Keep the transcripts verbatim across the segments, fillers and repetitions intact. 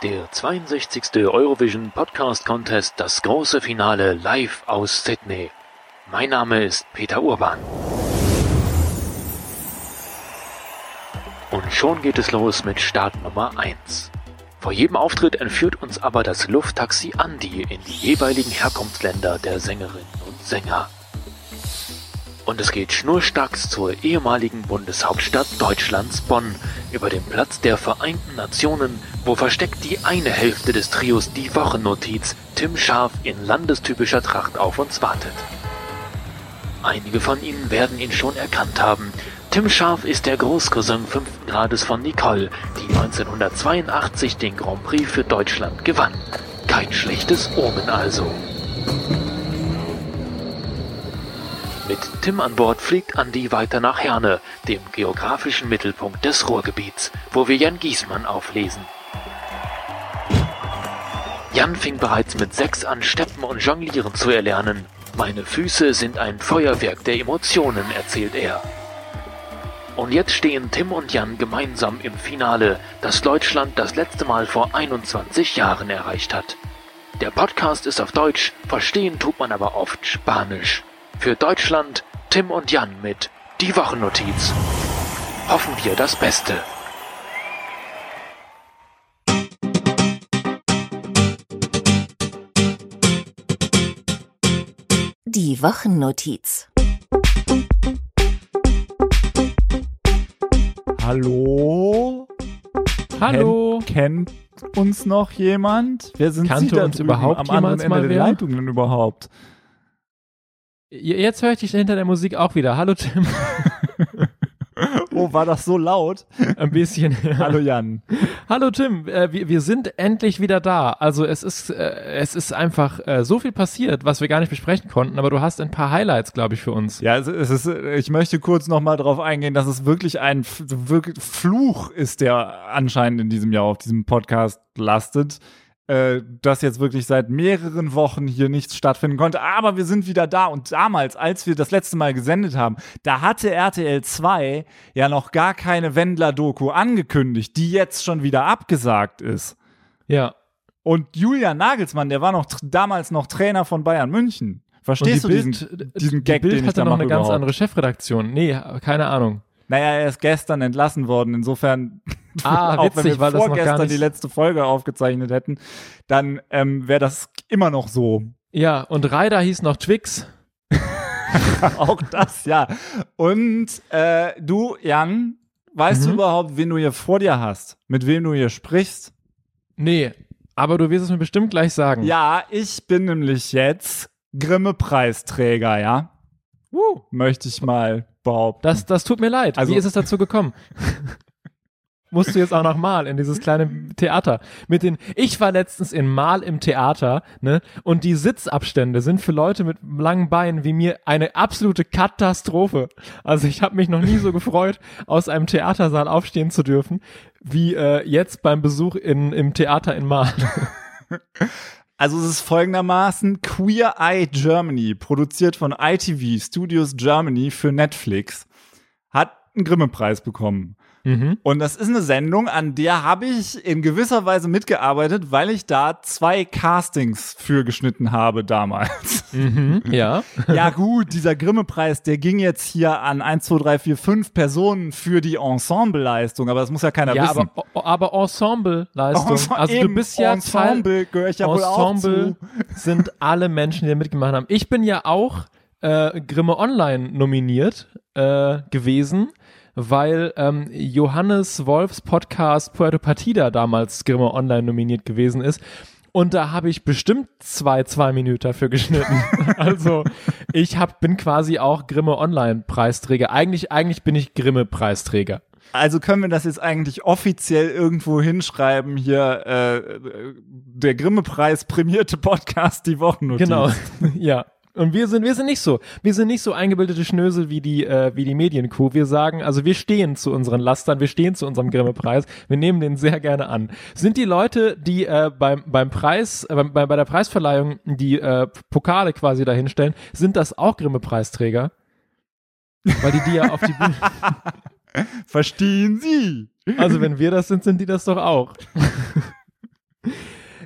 Der zweiundsechzigste Eurovision Podcast Contest, das große Finale live aus Sydney. Mein Name ist Peter Urban. Und schon geht es los mit Start Nummer eins. Vor jedem Auftritt entführt uns aber das Lufttaxi Andi in die jeweiligen Herkunftsländer der Sängerinnen und Sänger. Und es geht schnurstracks zur ehemaligen Bundeshauptstadt Deutschlands, Bonn, über den Platz der Vereinten Nationen, wo versteckt die eine Hälfte des Trios Die Wochennotiz, Tim Scharf, in landestypischer Tracht auf uns wartet. Einige von Ihnen werden ihn schon erkannt haben. Tim Scharf ist der Großcousin fünften Grades von Nicole, die neunzehnhundertzweiundachtzig den Grand Prix für Deutschland gewann. Kein schlechtes Omen also. Mit Tim an Bord fliegt Andi weiter nach Herne, dem geografischen Mittelpunkt des Ruhrgebiets, wo wir Jan Giesmann auflesen. Jan fing bereits mit sechs an, Steppen und Jonglieren zu erlernen. Meine Füße sind ein Feuerwerk der Emotionen, erzählt er. Und jetzt stehen Tim und Jan gemeinsam im Finale, das Deutschland das letzte Mal vor einundzwanzig Jahren erreicht hat. Der Podcast ist auf Deutsch, verstehen tut man aber oft Spanisch. Für Deutschland Tim und Jan mit Die Wochennotiz. Hoffen wir das Beste. Die Wochennotiz. Hallo? Hallo? Ken, kennt uns noch jemand? Wer sind Kannte Sie da uns drüben überhaupt am anderen jemals Ende mal der wer? Leitung denn überhaupt? Jetzt höre ich dich hinter der Musik auch wieder. Hallo Tim. Oh, war das so laut? Ein bisschen. Ja. Hallo Jan. Hallo Tim, äh, wir, wir sind endlich wieder da. Also es ist, äh, es ist einfach äh, so viel passiert, was wir gar nicht besprechen konnten, aber du hast ein paar Highlights, glaube ich, für uns. Ja, es, es ist, ich möchte kurz nochmal darauf eingehen, dass es wirklich ein F- wirklich Fluch ist, der anscheinend in diesem Jahr auf diesem Podcast lastet. Äh, dass jetzt wirklich seit mehreren Wochen hier nichts stattfinden konnte. Aber wir sind wieder da. Und damals, als wir das letzte Mal gesendet haben, da hatte R T L zwei ja noch gar keine Wendler-Doku angekündigt, die jetzt schon wieder abgesagt ist. Ja. Und Julian Nagelsmann, der war noch tr- damals noch Trainer von Bayern München. Verstehst du Bild, diesen, diesen Gag, die Bild den ich hatte da noch mache eine ganz überhaupt? andere Chefredaktion. Nee, keine Ahnung. Naja, er ist gestern entlassen worden. Insofern, Ah, auch witzig, wenn wir weil das noch gar vorgestern nicht... die letzte Folge aufgezeichnet hätten, dann ähm, wäre das immer noch so. Ja, und Ryder hieß noch Twix. Auch das, ja. Und äh, du, Jan, weißt Mhm. du überhaupt, wen du hier vor dir hast? Mit wem du hier sprichst? Nee, aber du wirst es mir bestimmt gleich sagen. Ja, ich bin nämlich jetzt Grimme-Preisträger, ja? Uh, Möchte ich mal behaupten. das, das tut mir leid. Also- Wie ist es dazu gekommen? Musst du jetzt auch noch mal in dieses kleine Theater mit den, ich war letztens in Mal im Theater, ne, und die Sitzabstände sind für Leute mit langen Beinen wie mir eine absolute Katastrophe. Also ich habe mich noch nie so gefreut, aus einem Theatersaal aufstehen zu dürfen, wie äh, jetzt beim Besuch in, im Theater in Mal. Also es ist folgendermaßen: Queer Eye Germany, produziert von I T V Studios Germany für Netflix, hat einen Grimme-Preis bekommen. Mhm. Und das ist eine Sendung, an der habe ich in gewisser Weise mitgearbeitet, weil ich da zwei Castings für geschnitten habe damals. Mhm. Ja. Ja gut, dieser Grimme-Preis, der ging jetzt hier an eins, zwei, drei, vier, fünf Personen für die Ensemble-Leistung, aber das muss ja keiner Ja, wissen. aber, aber Ensemble-Leistung. Ensemble- Also du eben, bist ja Ensemble gehöre ich ja wohl auch Ensemble zu. sind alle Menschen, die da mitgemacht haben. Ich bin ja auch äh, Grimme Online nominiert äh, gewesen, weil ähm, Johannes Wolfs Podcast Puerto Partida damals Grimme Online nominiert gewesen ist. Und da habe ich bestimmt zwei, zwei Minuten dafür geschnitten. Also ich hab, bin quasi auch Grimme Online Preisträger. Eigentlich, eigentlich bin ich Grimme Preisträger. Also können wir das jetzt eigentlich offiziell irgendwo hinschreiben, hier äh, der Grimme-Preis prämierte Podcast die Wochennotiz. Genau, ja. Und wir sind, wir sind nicht so. Wir sind nicht so eingebildete Schnösel wie die, äh, wie die Medienkuh. Wir sagen, also wir stehen zu unseren Lastern, wir stehen zu unserem Grimme-Preis. Wir nehmen den sehr gerne an. Sind die Leute, die äh, beim, beim Preis, äh, bei, bei der Preisverleihung die äh, Pokale quasi dahinstellen, sind das auch Grimme-Preisträger? Weil die die ja auf die Bühne... Verstehen Sie? Also wenn wir das sind, sind die das doch auch.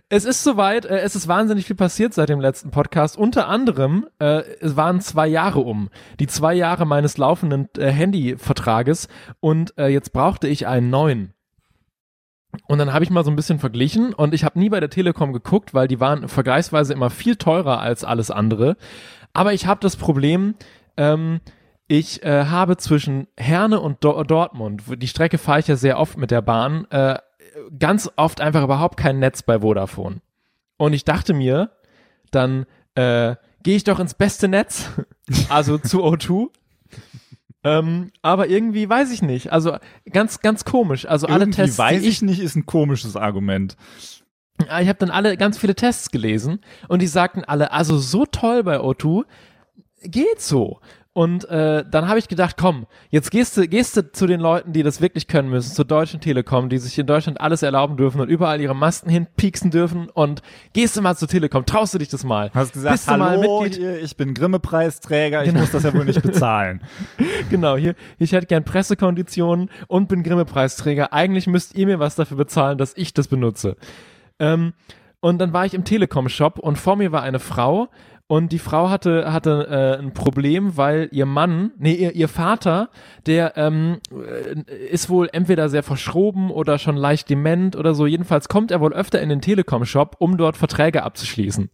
Es ist soweit, äh, es ist wahnsinnig viel passiert seit dem letzten Podcast. Unter anderem, äh, es waren zwei Jahre um. Die zwei Jahre meines laufenden äh, Handyvertrages und äh, jetzt brauchte ich einen neuen. Und dann habe ich mal so ein bisschen verglichen und ich habe nie bei der Telekom geguckt, weil die waren vergleichsweise immer viel teurer als alles andere. Aber ich habe das Problem, ähm, ich äh, habe zwischen Herne und Do- Dortmund, die Strecke fahre ich ja sehr oft mit der Bahn, äh, ganz oft einfach überhaupt kein Netz bei Vodafone. Und ich dachte mir, dann äh, gehe ich doch ins beste Netz, also zu O zwei. ähm, aber irgendwie weiß ich nicht. Also ganz, ganz komisch. Also alle Irgendwie Tests, weiß die ich nicht, ist ein komisches Argument. ich habe dann alle ganz viele Tests gelesen und die sagten alle, also so toll bei O zwei, geht so. Und äh, dann habe ich gedacht, komm, jetzt gehst du, gehst du zu den Leuten, die das wirklich können müssen, zur Deutschen Telekom, die sich in Deutschland alles erlauben dürfen und überall ihre Masten hinpieksen dürfen und gehst du mal zur Telekom, traust du dich das mal? Hast gesagt, Bist du mal hallo, Mitglied? hier, ich bin Grimme-Preisträger, ich Genau. muss das ja wohl nicht bezahlen. Genau, hier, ich hätte gern Pressekonditionen und bin Grimme-Preisträger. Eigentlich müsst ihr mir was dafür bezahlen, dass ich das benutze. Ähm, und dann war ich im Telekom-Shop und vor mir war eine Frau und die Frau hatte hatte äh, ein Problem, weil ihr Mann, nee, ihr, ihr Vater, der ähm, ist wohl entweder sehr verschroben oder schon leicht dement oder so. Jedenfalls kommt er wohl öfter in den Telekom-Shop, um dort Verträge abzuschließen.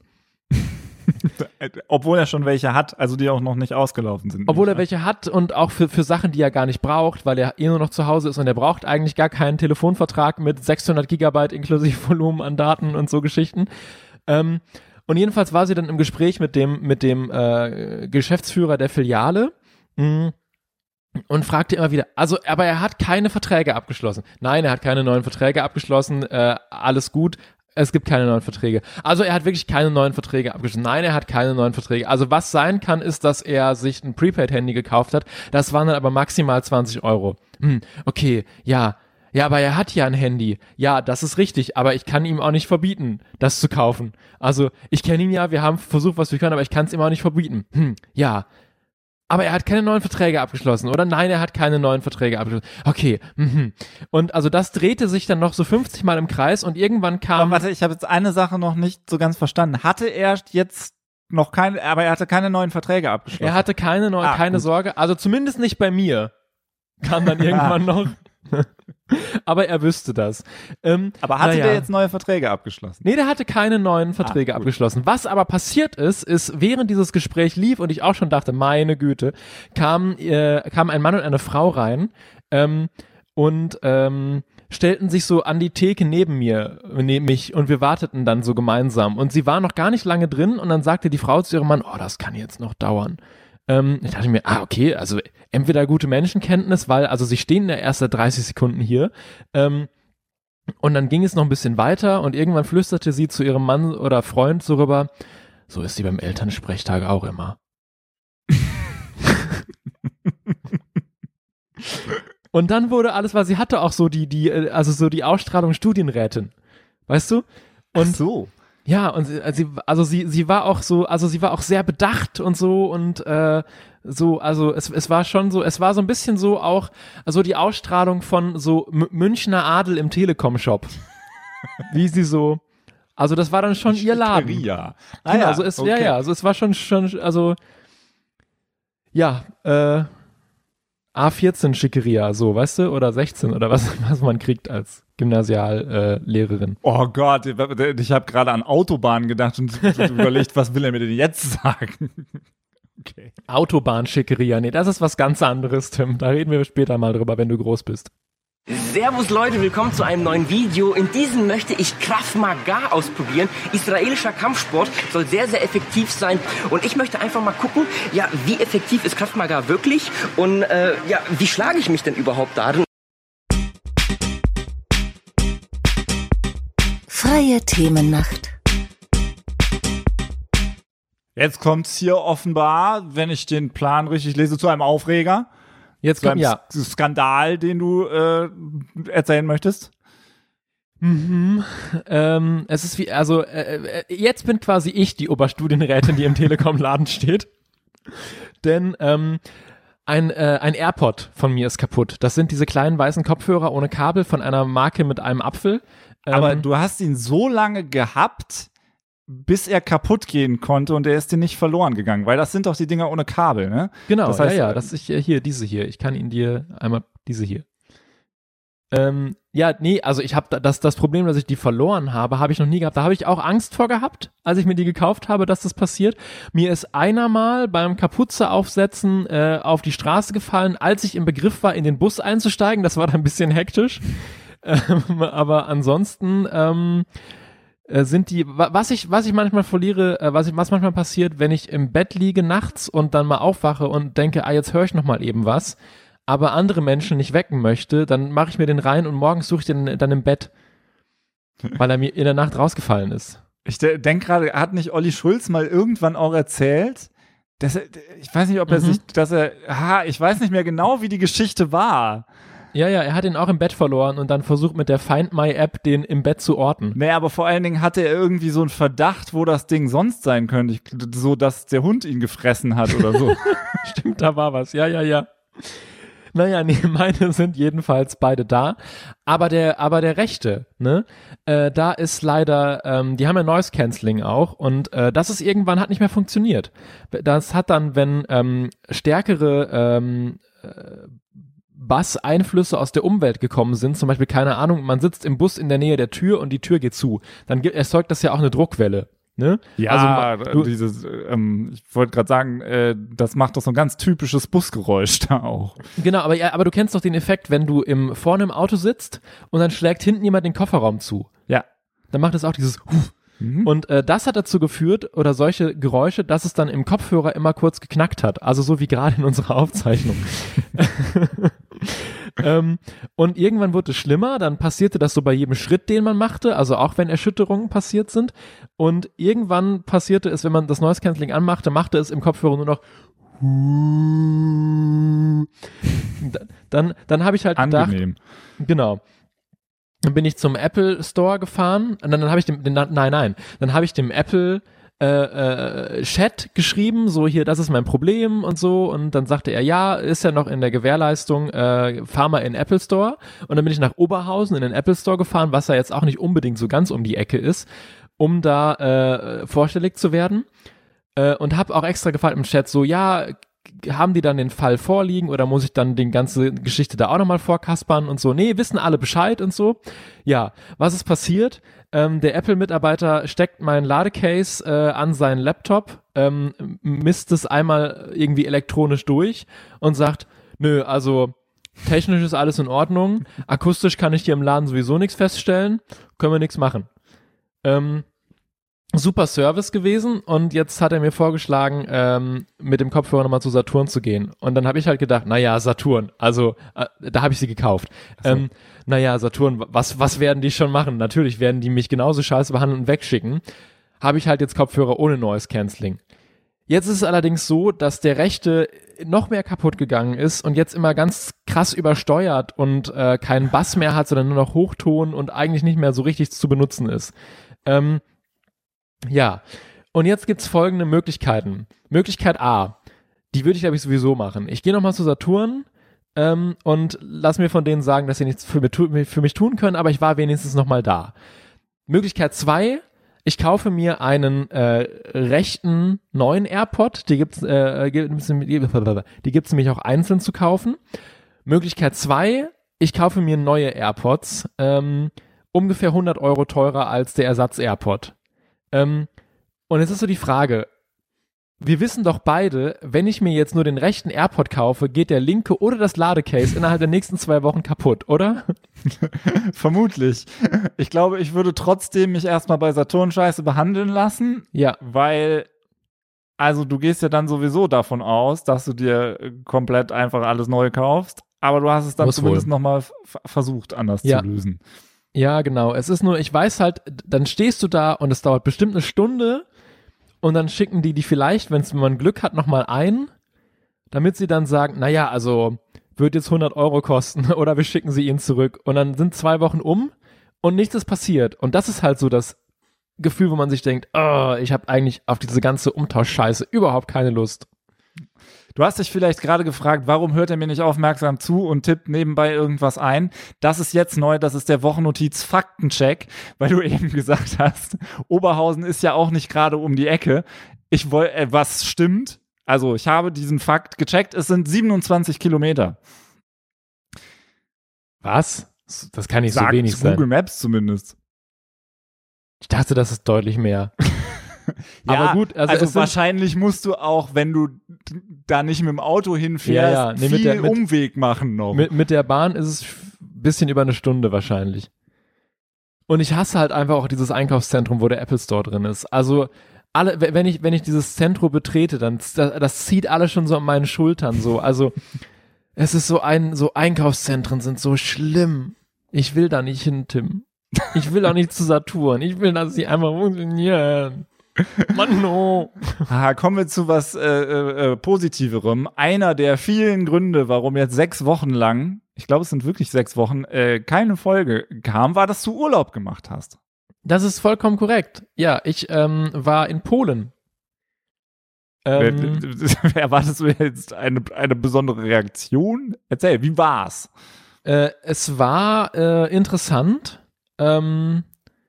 Obwohl er schon welche hat, also die auch noch nicht ausgelaufen sind. Obwohl er welche hat und auch für, für Sachen, die er gar nicht braucht, weil er eh nur noch zu Hause ist und er braucht eigentlich gar keinen Telefonvertrag mit sechshundert Gigabyte inklusive Volumen an Daten und so Geschichten. Ähm, und jedenfalls war sie dann im Gespräch mit dem, mit dem äh, Geschäftsführer der Filiale mh, und fragte immer wieder, also, aber er hat keine Verträge abgeschlossen. Nein, er hat keine neuen Verträge abgeschlossen, äh, alles gut. Es gibt keine neuen Verträge. Also er hat wirklich keine neuen Verträge abgeschlossen. Nein, er hat keine neuen Verträge. Also was sein kann, ist, dass er sich ein Prepaid-Handy gekauft hat. Das waren dann aber maximal zwanzig Euro. Hm, okay, ja. Ja, aber er hat ja ein Handy. Ja, das ist richtig, aber ich kann ihm auch nicht verbieten, das zu kaufen. Also ich kenne ihn ja, wir haben versucht, was wir können, aber ich kann es ihm auch nicht verbieten. Hm, ja. Aber er hat keine neuen Verträge abgeschlossen, oder? Nein, er hat keine neuen Verträge abgeschlossen. Okay. Mhm. Und also das drehte sich dann noch so fünfzig Mal im Kreis und irgendwann kam... Aber warte, ich habe jetzt eine Sache noch nicht so ganz verstanden. Hatte er jetzt noch keine, aber er hatte keine neuen Verträge abgeschlossen? Er hatte keine neuen, Ah, keine gut. Sorge, also zumindest nicht bei mir. Kam dann irgendwann noch. Aber er wüsste das. Ähm, aber hatte naja. der jetzt neue Verträge abgeschlossen? Nee, der hatte keine neuen Verträge Ah, gut. abgeschlossen. Was aber passiert ist, ist, während dieses Gespräch lief und ich auch schon dachte, meine Güte, kam, äh, kam ein Mann und eine Frau rein ähm, und ähm, stellten sich so an die Theke neben mir, neben mich und wir warteten dann so gemeinsam. Und sie war noch gar nicht lange drin und dann sagte die Frau zu ihrem Mann, oh, das kann jetzt noch dauern. Ähm, ich dachte mir, ah, okay, also entweder gute Menschenkenntnis, weil, also sie stehen ja erst seit dreißig Sekunden hier, ähm, und dann ging es noch ein bisschen weiter und irgendwann flüsterte sie zu ihrem Mann oder Freund so rüber, so ist sie beim Elternsprechtag auch immer. Und dann wurde alles, weil sie hatte auch so die, die, also so die Ausstrahlung Studienrätin. Weißt du? Und Ach so. ja, und sie, also sie, also sie, sie war auch so, also sie war auch sehr bedacht und so und äh, so, also es, es war schon so, es war so ein bisschen so auch, also die Ausstrahlung von so M- Münchner Adel im Telekom-Shop. Wie sie so, also das war dann schon ihr Laden. Schickeria. Ah, Genau, ja, also es, okay. ja, ja, also es war schon, schon, also ja, äh, A vierzehn Schickeria, so, weißt du, oder sechzehn oder was, was man kriegt als Gymnasiallehrerin. Äh, Lehrerin. Oh Gott, ich habe gerade an Autobahn gedacht und überlegt, was will er mir denn jetzt sagen? Okay. Autobahnschickeria, nee, das ist was ganz anderes, Tim. Da reden wir später mal drüber, wenn du groß bist. Servus Leute, willkommen zu einem neuen Video. In diesem möchte ich Krav Maga ausprobieren. Israelischer Kampfsport, soll sehr, sehr effektiv sein. Und ich möchte einfach mal gucken, ja, wie effektiv ist Krav Maga wirklich? Und äh, ja, wie schlage ich mich denn überhaupt darin? Freie Themennacht. Jetzt kommt's hier offenbar, wenn ich den Plan richtig lese, zu einem Aufreger. Jetzt Zu einem kommt, ja. S- Skandal, den du äh, erzählen möchtest. Mhm. Ähm, es ist wie, also äh, äh, jetzt bin quasi ich die Oberstudienrätin, die im Telekom-Laden steht. Denn ähm, ein, äh, ein AirPod von mir ist kaputt. Das sind diese kleinen weißen Kopfhörer ohne Kabel von einer Marke mit einem Apfel. Aber Ähm, du hast ihn so lange gehabt, bis er kaputt gehen konnte und er ist dir nicht verloren gegangen, weil das sind doch die Dinger ohne Kabel, ne? Genau, das heißt, ja, ja, das ist hier, hier, diese hier. Ich kann ihn dir einmal, diese hier. Ähm, ja, nee, also ich habe das, das Problem, dass ich die verloren habe, habe ich noch nie gehabt. Da habe ich auch Angst vor gehabt, als ich mir die gekauft habe, dass das passiert. Mir ist einer mal beim Kapuze aufsetzen äh, auf die Straße gefallen, als ich im Begriff war, in den Bus einzusteigen. Das war dann ein bisschen hektisch. ähm, aber ansonsten ähm, äh, sind die, was ich, was ich manchmal verliere, äh, was, ich, was manchmal passiert, wenn ich im Bett liege nachts und dann mal aufwache und denke, ah, jetzt höre ich noch mal eben was, aber andere Menschen nicht wecken möchte, dann mache ich mir den rein und morgens suche ich den dann im Bett, weil er mir in der Nacht rausgefallen ist. Ich de- denke gerade, hat nicht Olli Schulz mal irgendwann auch erzählt, dass er, ich weiß nicht, ob er Mhm. sich, dass er, ha, ich weiß nicht mehr genau, wie die Geschichte war. Ja, ja, er hat ihn auch im Bett verloren und dann versucht mit der Find My App den im Bett zu orten. Nee, aber vor allen Dingen hatte er irgendwie so einen Verdacht, wo das Ding sonst sein könnte, ich, so dass der Hund ihn gefressen hat oder so. Stimmt, da war was. Ja, ja, ja. Naja, nee, meine sind jedenfalls beide da. Aber der, aber der rechte, ne, äh, da ist leider, ähm, die haben ja Noise Cancelling auch und äh, das ist irgendwann hat nicht mehr funktioniert. Das hat dann, wenn ähm, stärkere ähm, äh, Bass-Einflüsse aus der Umwelt gekommen sind, zum Beispiel, keine Ahnung, man sitzt im Bus in der Nähe der Tür und die Tür geht zu, dann ge- erzeugt das ja auch eine Druckwelle. Ne? Ja, Also, du, dieses, ähm, ich wollte gerade sagen, äh, das macht doch so ein ganz typisches Busgeräusch da auch. genau, aber, ja, aber du kennst doch den Effekt, wenn du im, vorne im Auto sitzt und dann schlägt hinten jemand den Kofferraum zu. Ja. Dann macht es auch dieses Huf. Mhm. Und äh, das hat dazu geführt, oder solche Geräusche, dass es dann im Kopfhörer immer kurz geknackt hat. Also so wie gerade in unserer Aufzeichnung. ähm, und irgendwann wurde es schlimmer, dann passierte das so bei jedem Schritt, den man machte, also auch wenn Erschütterungen passiert sind. Und irgendwann passierte es, wenn man das Noise Cancelling anmachte, machte es im Kopfhörer nur noch dann, dann habe ich halt Angenehm. gedacht, genau. Dann bin ich zum Apple Store gefahren und dann, dann habe ich dem, den, nein, nein, dann habe ich dem Apple äh, äh, Chat geschrieben, so hier, das ist mein Problem und so, und dann sagte er, ja, ist ja noch in der Gewährleistung, äh, fahr mal in den Apple Store, und dann bin ich nach Oberhausen in den Apple Store gefahren, was ja jetzt auch nicht unbedingt so ganz um die Ecke ist, um da äh, vorstellig zu werden, äh, und habe auch extra gefragt im Chat so, ja, haben die dann den Fall vorliegen oder muss ich dann die ganze Geschichte da auch nochmal vorkaspern und so? Nee, wissen alle Bescheid und so. Ja, was ist passiert? Ähm, der Apple-Mitarbeiter steckt mein Ladecase äh, an seinen Laptop, ähm, misst es einmal irgendwie elektronisch durch und sagt, nö, also technisch ist alles in Ordnung, akustisch kann ich hier im Laden sowieso nichts feststellen, können wir nichts machen. Ähm, Super Service gewesen, und jetzt hat er mir vorgeschlagen, ähm, mit dem Kopfhörer nochmal zu Saturn zu gehen. Und dann habe ich halt gedacht, naja, Saturn, also äh, da habe ich sie gekauft. So. Ähm, naja, Saturn, was, was werden die schon machen? Natürlich werden die mich genauso scheiße behandeln und wegschicken. Habe ich halt jetzt Kopfhörer ohne Noise Cancelling. Jetzt ist es allerdings so, dass der rechte noch mehr kaputt gegangen ist und jetzt immer ganz krass übersteuert und äh, keinen Bass mehr hat, sondern nur noch Hochton und eigentlich nicht mehr so richtig zu benutzen ist. Ähm, Ja, und jetzt gibt's folgende Möglichkeiten. Möglichkeit A, die würde ich, glaube ich, sowieso machen. Ich gehe nochmal zu Saturn ähm, und lass mir von denen sagen, dass sie nichts für, mir, für mich tun können, aber ich war wenigstens nochmal da. Möglichkeit zwei, ich kaufe mir einen äh, rechten neuen AirPod, die gibt's, äh, gibt's, die gibt's nämlich auch einzeln zu kaufen. Möglichkeit zwei, ich kaufe mir neue AirPods, ähm, ungefähr hundert Euro teurer als der Ersatz-AirPod. Ähm, und jetzt ist so die Frage, wir wissen doch beide, wenn ich mir jetzt nur den rechten AirPod kaufe, geht der linke oder das Ladecase innerhalb der nächsten zwei Wochen kaputt, oder? Vermutlich. Ich glaube, ich würde trotzdem mich erstmal bei Saturn scheiße behandeln lassen, Ja. weil, also du gehst ja dann sowieso davon aus, dass du dir komplett einfach alles neu kaufst, aber du hast es dann Muss zumindest wohl. nochmal f- versucht, anders Ja. zu lösen. Ja, genau. Es ist nur, ich weiß halt, dann stehst du da und es dauert bestimmt eine Stunde und dann schicken die die vielleicht, wenn's, wenn man Glück hat, nochmal ein, damit sie dann sagen, naja, also wird jetzt hundert Euro kosten oder wir schicken sie ihnen zurück, und dann sind zwei Wochen um und nichts ist passiert, und das ist halt so das Gefühl, wo man sich denkt, oh, ich habe eigentlich auf diese ganze Umtauschscheiße überhaupt keine Lust. Du hast dich vielleicht gerade gefragt, warum hört er mir nicht aufmerksam zu und tippt nebenbei irgendwas ein? Das ist jetzt neu, das ist der Wochennotiz Faktencheck, weil du eben gesagt hast, Oberhausen ist ja auch nicht gerade um die Ecke. Ich wollte, äh, was stimmt? Also ich habe diesen Fakt gecheckt, es sind siebenundzwanzig Kilometer. Was? Das kann nicht Sagt so wenig sein. Google Maps zumindest. Ich dachte, das ist deutlich mehr. Ja, aber gut, also, also es sind, wahrscheinlich musst du auch, wenn du da nicht mit dem Auto hinfährst, Ja, ja. Nee, viel mit der- mit- Umweg machen noch. mit, mit der Bahn ist es ein bisschen über eine Stunde wahrscheinlich. Und ich hasse halt einfach auch dieses Einkaufszentrum, wo der Apple Store drin ist. Also alle, wenn ich, wenn ich dieses Zentrum betrete, dann das, das zieht alles schon so an meinen Schultern so. Also es ist so ein, so Einkaufszentren sind so schlimm. Ich will da nicht hin, Tim. Ich will auch nicht zu Saturn. Ich will, dass sie einfach funktionieren. Mann, no. Ah, kommen wir zu was äh, äh, Positiverem. Einer der vielen Gründe, warum jetzt sechs Wochen lang, ich glaube, es sind wirklich sechs Wochen, äh, keine Folge kam, war, dass du Urlaub gemacht hast. Das ist vollkommen korrekt. Ja, ich ähm, war in Polen. Ähm, Erwartest du jetzt eine, eine besondere Reaktion? Erzähl, wie war's? äh, es war äh, interessant. Ähm,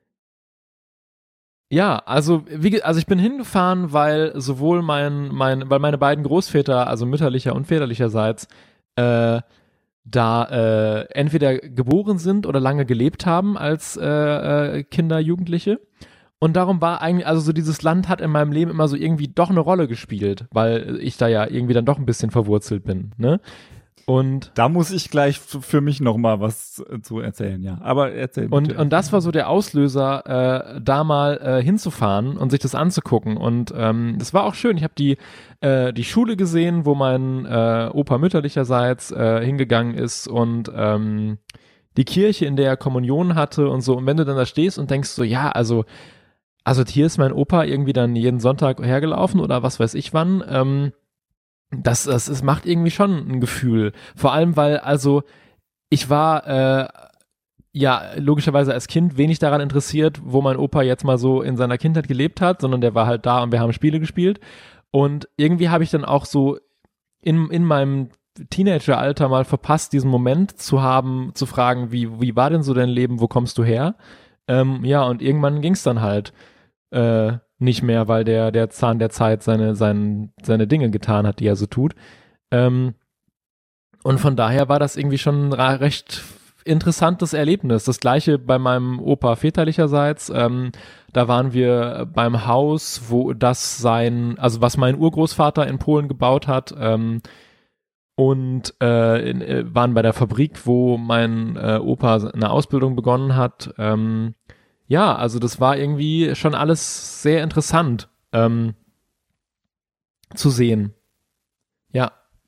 ja, also wie, ge- also ich bin hingefahren, weil sowohl mein, mein, weil meine beiden Großväter, also mütterlicher und väterlicherseits, äh, da äh, entweder geboren sind oder lange gelebt haben als äh, äh, Kinder, Jugendliche. Und darum war eigentlich, also so dieses Land hat in meinem Leben immer so irgendwie doch eine Rolle gespielt, weil ich da ja irgendwie dann doch ein bisschen verwurzelt bin, ne? Und Da muss ich gleich f- für mich noch mal was äh, zu erzählen, ja. Aber erzähl Und, bitte. und das war so der Auslöser, äh, da mal äh, hinzufahren und sich das anzugucken. Und ähm, das war auch schön. Ich habe die, äh, die Schule gesehen, wo mein äh, Opa mütterlicherseits äh, hingegangen ist und ähm, die Kirche, in der er Kommunion hatte und so. Und wenn du dann da stehst und denkst so, ja, also, also hier ist mein Opa irgendwie dann jeden Sonntag hergelaufen oder was weiß ich wann, ähm, das, das, es macht irgendwie schon ein Gefühl. Vor allem, weil, also, ich war, äh, ja, logischerweise als Kind wenig daran interessiert, wo mein Opa jetzt mal so in seiner Kindheit gelebt hat, sondern der war halt da und wir haben Spiele gespielt. Und irgendwie habe ich dann auch so in, in meinem Teenageralter mal verpasst, diesen Moment zu haben, zu fragen, wie, wie war denn so dein Leben, wo kommst du her? Ähm, ja, und irgendwann ging es dann halt äh, nicht mehr, weil der, der Zahn der Zeit seine, seine, seine Dinge getan hat, die er so tut. Ähm, und von daher war das irgendwie schon ein ra- recht interessantes Erlebnis. Das gleiche bei meinem Opa väterlicherseits. Ähm, da waren wir beim Haus, wo das sein, also was mein Urgroßvater in Polen gebaut hat, ähm, und äh, in, äh, waren bei der Fabrik, wo mein äh, Opa eine Ausbildung begonnen hat. Ähm, ja, also das war irgendwie schon alles sehr interessant ähm, zu sehen. Ja.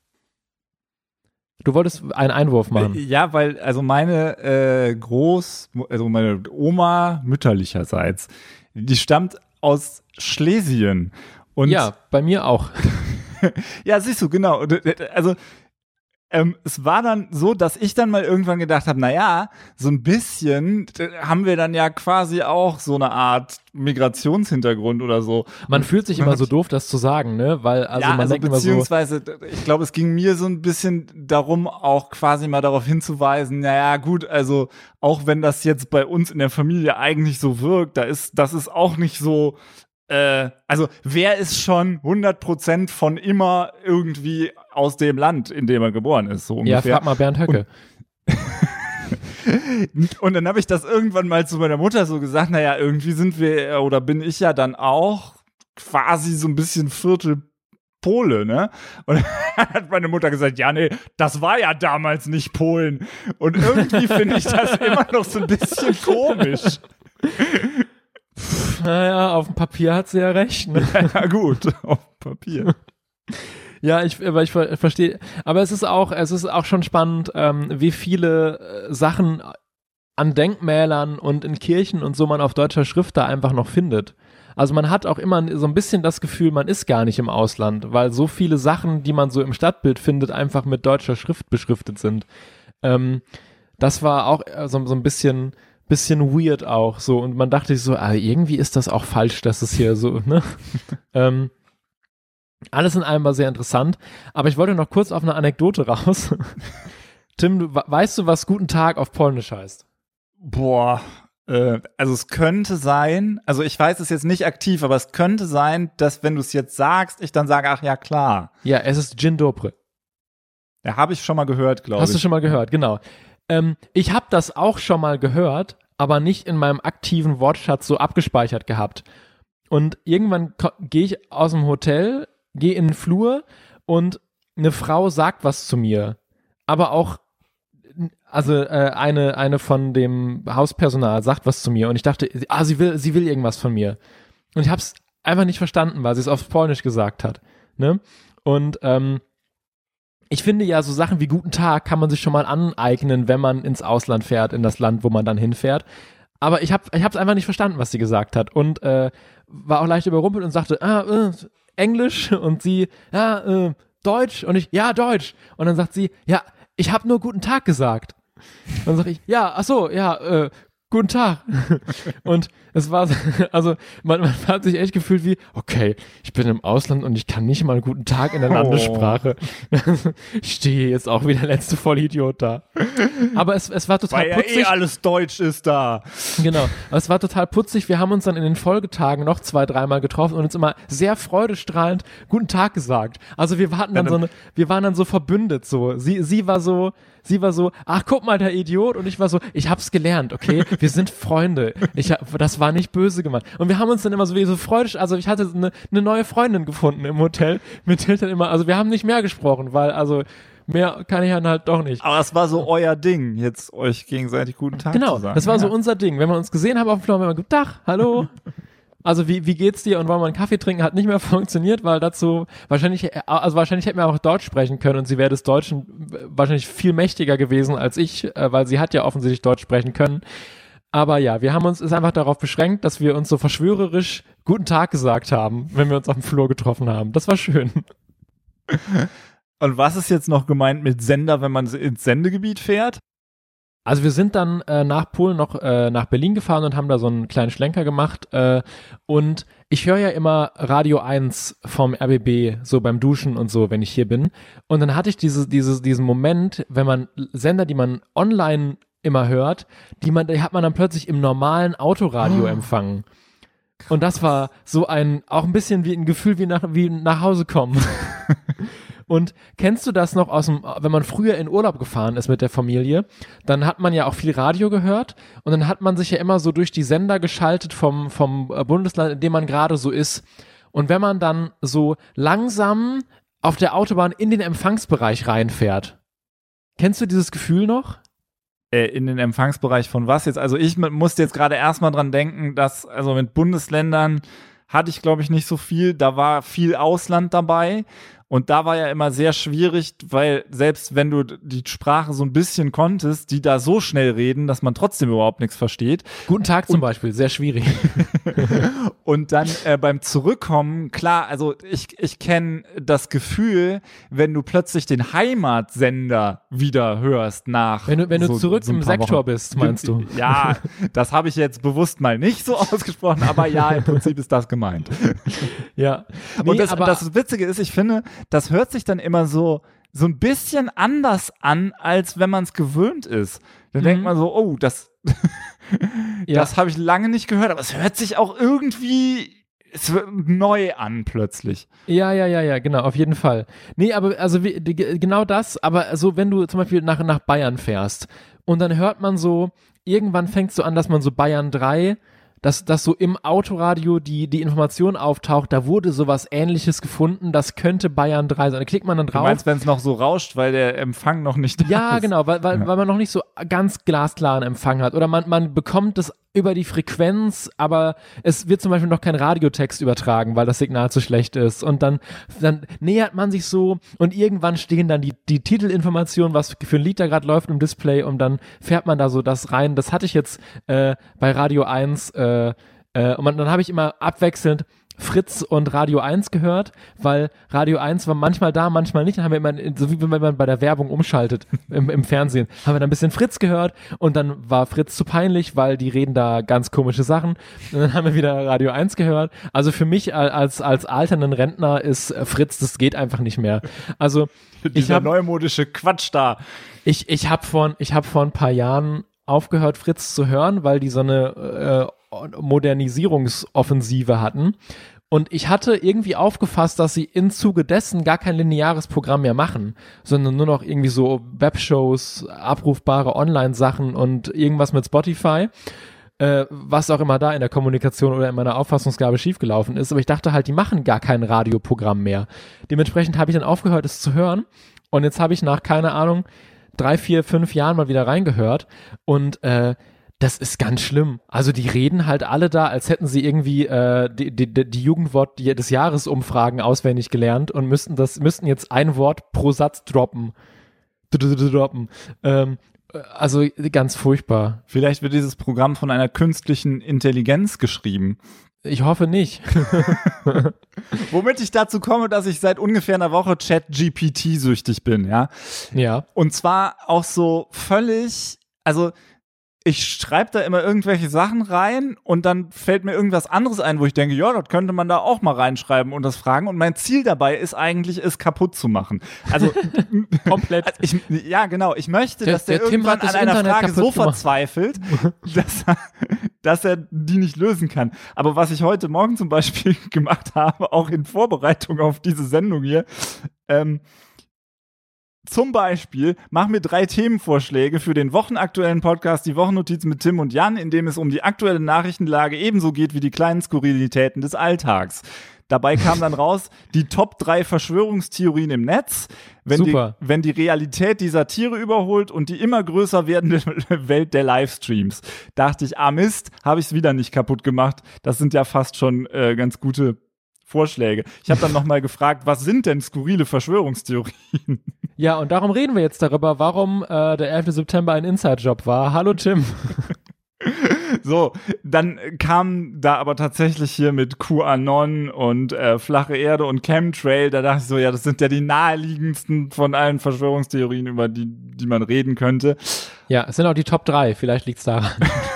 Du wolltest einen Einwurf machen. Ja, weil also meine äh, Groß, also meine Oma mütterlicherseits, die stammt aus Schlesien. Und Ja, bei mir auch. ja, siehst du, genau. Und, äh, Also ähm, es war dann so, dass ich dann mal irgendwann gedacht habe, naja, so ein bisschen äh, haben wir dann ja quasi auch so eine Art Migrationshintergrund oder so. Man fühlt sich immer so doof, das zu sagen, ne? Weil, also ja, man also denkt immer so, beziehungsweise, ich glaube, es ging mir so ein bisschen darum, auch quasi mal darauf hinzuweisen, naja, gut, also auch wenn das jetzt bei uns in der Familie eigentlich so wirkt, da ist, das ist auch nicht so, äh, also wer ist schon hundert Prozent von immer irgendwie aus dem Land, in dem er geboren ist, so ja, ungefähr. frag mal Bernd Höcke. Und dann habe ich das irgendwann mal zu meiner Mutter so gesagt, naja, irgendwie sind wir, oder bin ich ja dann auch quasi so ein bisschen Viertel Pole, ne? Und dann hat meine Mutter gesagt, ja, nee, das war ja damals nicht Polen. Und irgendwie finde ich das immer noch so ein bisschen komisch. Naja, auf dem Papier hat sie ja recht, ne? Ja, gut, auf Papier. Ja, ich, aber ich ver verstehe. Aber es ist auch, es ist auch schon spannend, ähm, wie viele äh, Sachen an Denkmälern und in Kirchen und so man auf deutscher Schrift da einfach noch findet. Also man hat auch immer so ein bisschen das Gefühl, man ist gar nicht im Ausland, weil so viele Sachen, die man so im Stadtbild findet, einfach mit deutscher Schrift beschriftet sind. Ähm, das war auch so, so ein bisschen, bisschen weird auch so. Und man dachte sich so, ah, irgendwie ist das auch falsch, dass es hier so, ne? ähm, Alles in allem war sehr interessant, aber ich wollte noch kurz auf eine Anekdote raus. Tim, du, weißt du, was guten Tag auf Polnisch heißt? Boah, äh, also es könnte sein, also ich weiß es jetzt nicht aktiv, aber es könnte sein, dass wenn du es jetzt sagst, ich dann sage, ach ja, klar. Ja, es ist Dzień dobry. Ja, habe ich schon mal gehört, glaube ich. Hast du schon mal gehört, genau. Ähm, ich habe das auch schon mal gehört, aber nicht in meinem aktiven Wortschatz so abgespeichert gehabt. Und irgendwann gehe ich aus dem Hotel, gehe in den Flur und eine Frau sagt was zu mir. Aber auch, also äh, eine, eine von dem Hauspersonal sagt was zu mir und ich dachte, ah, sie will, sie will irgendwas von mir. Und ich habe es einfach nicht verstanden, weil sie es auf Polnisch gesagt hat. Ne? Und ähm, ich finde ja, so Sachen wie guten Tag kann man sich schon mal aneignen, wenn man ins Ausland fährt, in das Land, wo man dann hinfährt. Aber ich habe ich habe es einfach nicht verstanden, was sie gesagt hat und äh, war auch leicht überrumpelt und sagte, ah, äh, Englisch und sie, ja, äh, Deutsch und ich, ja, Deutsch. Und dann sagt sie, ja, ich habe nur guten Tag gesagt. Und dann sage ich, ja, ach so, ja, äh, guten Tag. Und es war, also man, man hat sich echt gefühlt wie, okay, ich bin im Ausland und ich kann nicht mal einen guten Tag in der Landessprache. Oh. Ich stehe jetzt auch wie der letzte Vollidiot da. Aber es, es war total Weil ja putzig. eh alles Deutsch ist da. Genau, aber es war total putzig. Wir haben uns dann in den Folgetagen noch zwei, dreimal getroffen und uns immer sehr freudestrahlend guten Tag gesagt. Also wir hatten dann so eine, wir waren dann so verbündet so. Sie, sie war so, sie war so, ach guck mal, der Idiot. Und ich war so, ich hab's gelernt, okay? Wir sind Freunde. Ich hab, das war nicht böse gemeint. Und wir haben uns dann immer so wie so freudig, also ich hatte eine, eine neue Freundin gefunden im Hotel, mit der ich dann immer, also wir haben nicht mehr gesprochen, weil also mehr kann ich dann halt doch nicht. Aber es war so euer Ding, jetzt euch gegenseitig guten Tag Genau, zu sagen. das war ja. so unser Ding. Wenn wir uns gesehen haben auf dem Flur, haben wir immer guten Tag, hallo. Also wie, wie geht's dir und wollen wir einen Kaffee trinken, hat nicht mehr funktioniert, weil dazu wahrscheinlich, also wahrscheinlich hätten wir auch Deutsch sprechen können und sie wäre des Deutschen wahrscheinlich viel mächtiger gewesen als ich, weil sie hat ja offensichtlich Deutsch sprechen können. Aber ja, wir haben uns ist einfach darauf beschränkt, dass wir uns so verschwörerisch guten Tag gesagt haben, wenn wir uns auf dem Flur getroffen haben. Das war schön. Und was ist jetzt noch gemeint mit Sender, wenn man ins Sendegebiet fährt? Also wir sind dann äh, nach Polen noch äh, nach Berlin gefahren und haben da so einen kleinen Schlenker gemacht äh, und ich höre ja immer Radio eins vom R B B, so beim Duschen und so, wenn ich hier bin. Und dann hatte ich diese, diese, diesen Moment, wenn man Sender, die man online immer hört, die man, die hat man dann plötzlich im normalen Autoradio oh. empfangen. Und das war so ein, auch ein bisschen wie ein Gefühl wie nach, wie nach Hause kommen. Und kennst du das noch aus dem, wenn man früher in Urlaub gefahren ist mit der Familie, dann hat man ja auch viel Radio gehört und dann hat man sich ja immer so durch die Sender geschaltet vom, vom Bundesland, in dem man gerade so ist. Und wenn man dann so langsam auf der Autobahn in den Empfangsbereich reinfährt, kennst du dieses Gefühl noch? In den Empfangsbereich von was jetzt? Also ich musste jetzt gerade erstmal dran denken, dass, also mit Bundesländern hatte ich, glaube ich, nicht so viel. Da war viel Ausland dabei. Und da war ja immer sehr schwierig, weil selbst wenn du die Sprache so ein bisschen konntest, die da so schnell reden, dass man trotzdem überhaupt nichts versteht. Guten Tag zum und, Beispiel, sehr schwierig. Und dann äh, beim Zurückkommen, klar, also ich, ich kenne das Gefühl, wenn du plötzlich den Heimatsender wieder hörst nach Wenn du, wenn du so, zurück so im Sektor Wochen. bist, meinst du? Ja, das habe ich jetzt bewusst mal nicht so ausgesprochen, aber ja, im Prinzip ist das gemeint. Ja. Nee, und das, aber das Witzige ist, ich finde, das hört sich dann immer so, so ein bisschen anders an, als wenn man es gewöhnt ist. Dann Mhm. denkt man so, oh, das, Ja. das habe ich lange nicht gehört, aber es hört sich auch irgendwie es wird neu an plötzlich. Ja, ja, ja, ja, genau, auf jeden Fall. Nee, aber also wie, die, genau das, aber so, wenn du zum Beispiel nach, nach Bayern fährst und dann hört man so, irgendwann fängt es so an, dass man so Bayern drei, dass, dass so im Autoradio die, die Information auftaucht, da wurde sowas Ähnliches gefunden, das könnte Bayern drei sein. Da klickt man dann drauf. Du meinst, wenn es noch so rauscht, weil der Empfang noch nicht da Ja, ist? genau, weil, weil, Ja. weil man noch nicht so ganz glasklaren Empfang hat. Oder man, man bekommt es über die Frequenz, aber es wird zum Beispiel noch kein Radiotext übertragen, weil das Signal zu schlecht ist. Und dann, dann nähert man sich so und irgendwann stehen dann die, die Titelinformationen, was für ein Lied da gerade läuft im Display und dann fährt man da so das rein. Das hatte ich jetzt äh, bei Radio eins äh, äh, und man, dann habe ich immer abwechselnd Fritz und Radio eins gehört, weil Radio eins war manchmal da, manchmal nicht. Dann haben wir immer, so wie wenn man bei der Werbung umschaltet im, im Fernsehen, haben wir dann ein bisschen Fritz gehört und dann war Fritz zu peinlich, weil die reden da ganz komische Sachen. Und dann haben wir wieder Radio eins gehört. Also für mich als, als alternden Rentner ist Fritz, das geht einfach nicht mehr. Also ich Dieser hab, neumodische Quatsch da. Ich, ich habe vor, ich hab vor ein paar Jahren aufgehört, Fritz zu hören, weil die so eine äh, Modernisierungsoffensive hatten. Und ich hatte irgendwie aufgefasst, dass sie im Zuge dessen gar kein lineares Programm mehr machen, sondern nur noch irgendwie so Webshows, abrufbare Online-Sachen und irgendwas mit Spotify, äh, was auch immer da in der Kommunikation oder in meiner Auffassungsgabe schiefgelaufen ist. Aber ich dachte halt, die machen gar kein Radioprogramm mehr. Dementsprechend habe ich dann aufgehört, es zu hören. Und jetzt habe ich nach, keine Ahnung, drei, vier, fünf Jahren mal wieder reingehört und äh, das ist ganz schlimm. Also die reden halt alle da, als hätten sie irgendwie äh, die, die, die Jugendwort des Jahres Umfragen auswendig gelernt und müssten das müssten jetzt ein Wort pro Satz droppen. droppen. Ähm, also ganz furchtbar. Vielleicht wird dieses Programm von einer künstlichen Intelligenz geschrieben. Ich hoffe nicht. Womit ich dazu komme, dass ich seit ungefähr einer Woche Chat-G P T-süchtig bin, ja. Ja. Und zwar auch so völlig, also ich schreibe da immer irgendwelche Sachen rein und dann fällt mir irgendwas anderes ein, wo ich denke, ja, das könnte man da auch mal reinschreiben und das fragen. Und mein Ziel dabei ist eigentlich, es kaputt zu machen. Also komplett. Also ich, ja, genau. Ich möchte, der, dass der, der irgendwann an einer Internet Frage so gemacht. verzweifelt, dass er, dass er die nicht lösen kann. Aber was ich heute Morgen zum Beispiel gemacht habe, auch in Vorbereitung auf diese Sendung hier, ähm, zum Beispiel, mach mir drei Themenvorschläge für den wochenaktuellen Podcast, die Wochennotiz mit Tim und Jan, in dem es um die aktuelle Nachrichtenlage ebenso geht wie die kleinen Skurrilitäten des Alltags. Dabei kam dann raus, die Top drei Verschwörungstheorien im Netz, wenn Super. Die, wenn die Realität die Satire überholt und die immer größer werdende Welt der Livestreams. Dachte ich, ah Mist, habe ich es wieder nicht kaputt gemacht. Das sind ja fast schon äh, ganz gute Vorschläge. Ich habe dann nochmal gefragt, was sind denn skurrile Verschwörungstheorien? Ja, und darum reden wir jetzt darüber, warum äh, der elfte September ein Inside-Job war. Hallo Tim. So, dann kam da aber tatsächlich hier mit QAnon und äh, flache Erde und Chemtrail, da dachte ich so, ja, das sind ja die naheliegendsten von allen Verschwörungstheorien, über die, die man reden könnte. Ja, es sind auch die Top drei, vielleicht liegt's daran.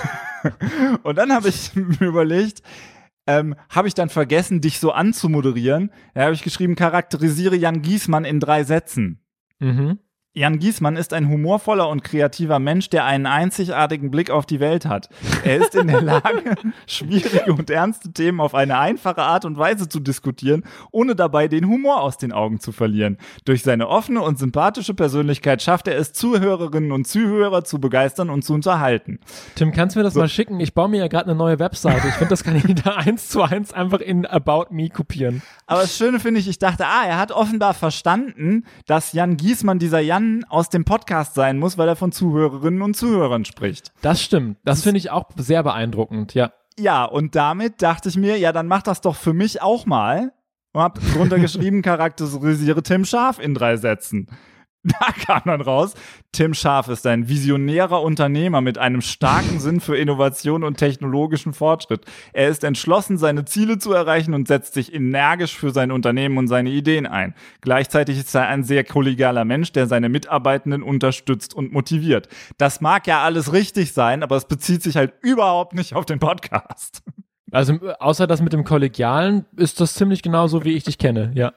Und dann habe ich mir überlegt, Ähm, habe ich dann vergessen, dich so anzumoderieren. Da habe ich geschrieben, charakterisiere Jan Giesmann in drei Sätzen. Mhm. Jan Giesmann ist ein humorvoller und kreativer Mensch, der einen einzigartigen Blick auf die Welt hat. Er ist in der Lage, schwierige und ernste Themen auf eine einfache Art und Weise zu diskutieren, ohne dabei den Humor aus den Augen zu verlieren. Durch seine offene und sympathische Persönlichkeit schafft er es, Zuhörerinnen und Zuhörer zu begeistern und zu unterhalten. Tim, kannst du mir das So. mal schicken? Ich baue mir ja gerade eine neue Webseite. Ich finde, das kann ich da eins zu eins einfach in About Me kopieren. Aber das Schöne finde ich, ich dachte, ah, er hat offenbar verstanden, dass Jan Giesmann dieser Jan aus dem Podcast sein muss, weil er von Zuhörerinnen und Zuhörern spricht. Das stimmt. Das finde ich auch sehr beeindruckend, ja. Ja, und damit dachte ich mir, ja, dann mach das doch für mich auch mal. Und hab drunter geschrieben, charakterisiere Tim Scharf in drei Sätzen. Da kam dann raus, Tim Scharf ist ein visionärer Unternehmer mit einem starken Sinn für Innovation und technologischen Fortschritt. Er ist entschlossen, seine Ziele zu erreichen und setzt sich energisch für sein Unternehmen und seine Ideen ein. Gleichzeitig ist er ein sehr kollegialer Mensch, der seine Mitarbeitenden unterstützt und motiviert. Das mag ja alles richtig sein, aber es bezieht sich halt überhaupt nicht auf den Podcast. Also außer das mit dem Kollegialen ist das ziemlich genauso, wie ich dich kenne, ja.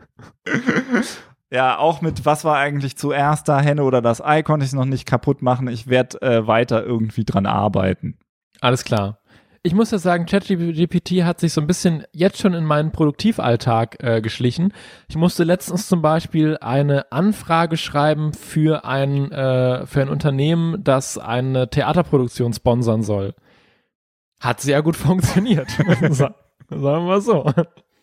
Ja, auch mit was war eigentlich zuerst da, Henne oder das Ei, konnte ich es noch nicht kaputt machen. Ich werde äh, weiter irgendwie dran arbeiten. Alles klar. Ich muss ja sagen, ChatGPT hat sich so ein bisschen jetzt schon in meinen Produktivalltag äh, geschlichen. Ich musste letztens zum Beispiel eine Anfrage schreiben für ein, äh, für ein Unternehmen, das eine Theaterproduktion sponsern soll. Hat sehr gut funktioniert. Sagen wir mal so.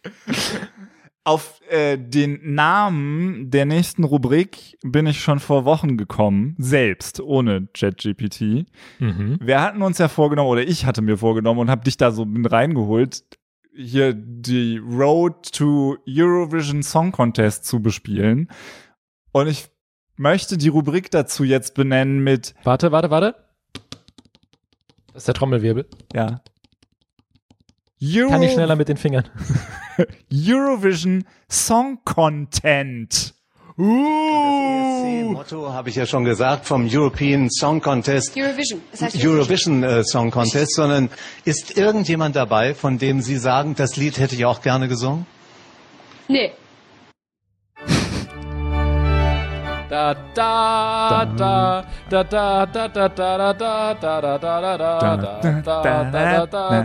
Auf äh, den Namen der nächsten Rubrik bin ich schon vor Wochen gekommen, selbst, ohne ChatGPT. Mhm. Wir hatten uns ja vorgenommen, oder ich hatte mir vorgenommen und habe dich da so mit reingeholt, hier die Road to Eurovision Song Contest zu bespielen. Und ich möchte die Rubrik dazu jetzt benennen mit Warte, warte, warte. Das ist der Trommelwirbel. Ja. Euro- Kann ich schneller mit den Fingern. Eurovision Song Content. Das E S C-Motto habe ich ja schon gesagt, vom European Song Contest. Eurovision. Das heißt Eurovision äh, Song Contest, sondern ist irgendjemand dabei, von dem Sie sagen, das Lied hätte ich auch gerne gesungen? Nee. Da da da da da da da da da da da da da da da da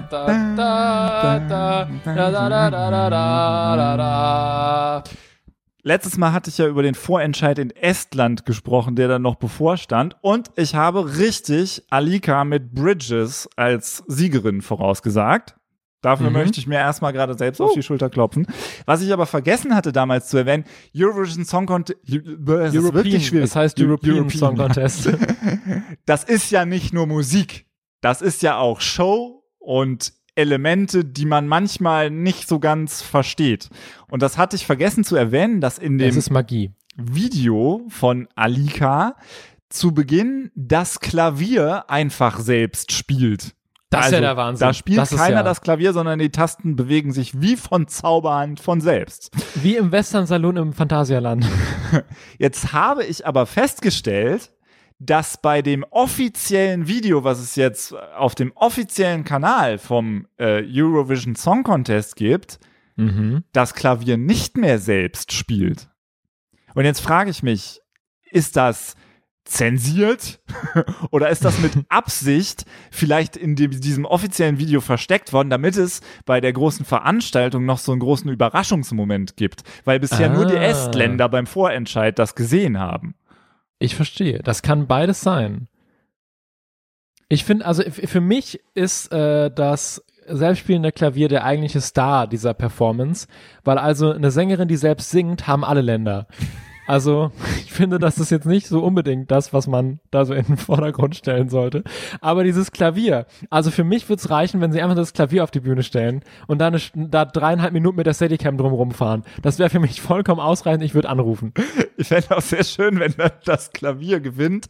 da da. Letztes Mal hatte ich ja über den Vorentscheid in Estland gesprochen, der dann noch bevorstand. Und ich habe richtig Alika mit Bridges als Siegerin vorausgesagt. Dafür Mhm. möchte ich mir erstmal gerade selbst auf die Schulter klopfen. Was ich aber vergessen hatte damals zu erwähnen, Eurovision Song Contest, das ist wirklich schwierig. Das heißt European Song Contest. Das ist ja nicht nur Musik. Das ist ja auch Show und Elemente, die man manchmal nicht so ganz versteht. Und das hatte ich vergessen zu erwähnen, dass in dem Das ist Magie. Video von Alika zu Beginn das Klavier einfach selbst spielt. Das ist Also, ja der Wahnsinn. Da spielt Das ist keiner ja- das Klavier, sondern die Tasten bewegen sich wie von Zauberhand von selbst. Wie im Western Saloon im Phantasialand. Jetzt habe ich aber festgestellt, dass bei dem offiziellen Video, was es jetzt auf dem offiziellen Kanal vom äh, Eurovision Song Contest gibt, Mhm. das Klavier nicht mehr selbst spielt. Und jetzt frage ich mich, ist das zensiert oder ist das mit Absicht vielleicht in dem, diesem offiziellen Video versteckt worden, damit es bei der großen Veranstaltung noch so einen großen Überraschungsmoment gibt, weil bisher nur die Ah. Estländer beim Vorentscheid das gesehen haben. Ich verstehe. Das kann beides sein. Ich finde, also f- für mich ist äh, das selbstspielende Klavier der eigentliche Star dieser Performance, weil also eine Sängerin, die selbst singt, haben alle Länder. Also ich finde, das ist jetzt nicht so unbedingt das, was man da so in den Vordergrund stellen sollte. Aber dieses Klavier, also für mich würde es reichen, wenn sie einfach das Klavier auf die Bühne stellen und da, eine, da dreieinhalb Minuten mit der Steadicam drumherum fahren. Das wäre für mich vollkommen ausreichend. Ich würde anrufen. Ich fände auch sehr schön, wenn dann das Klavier gewinnt.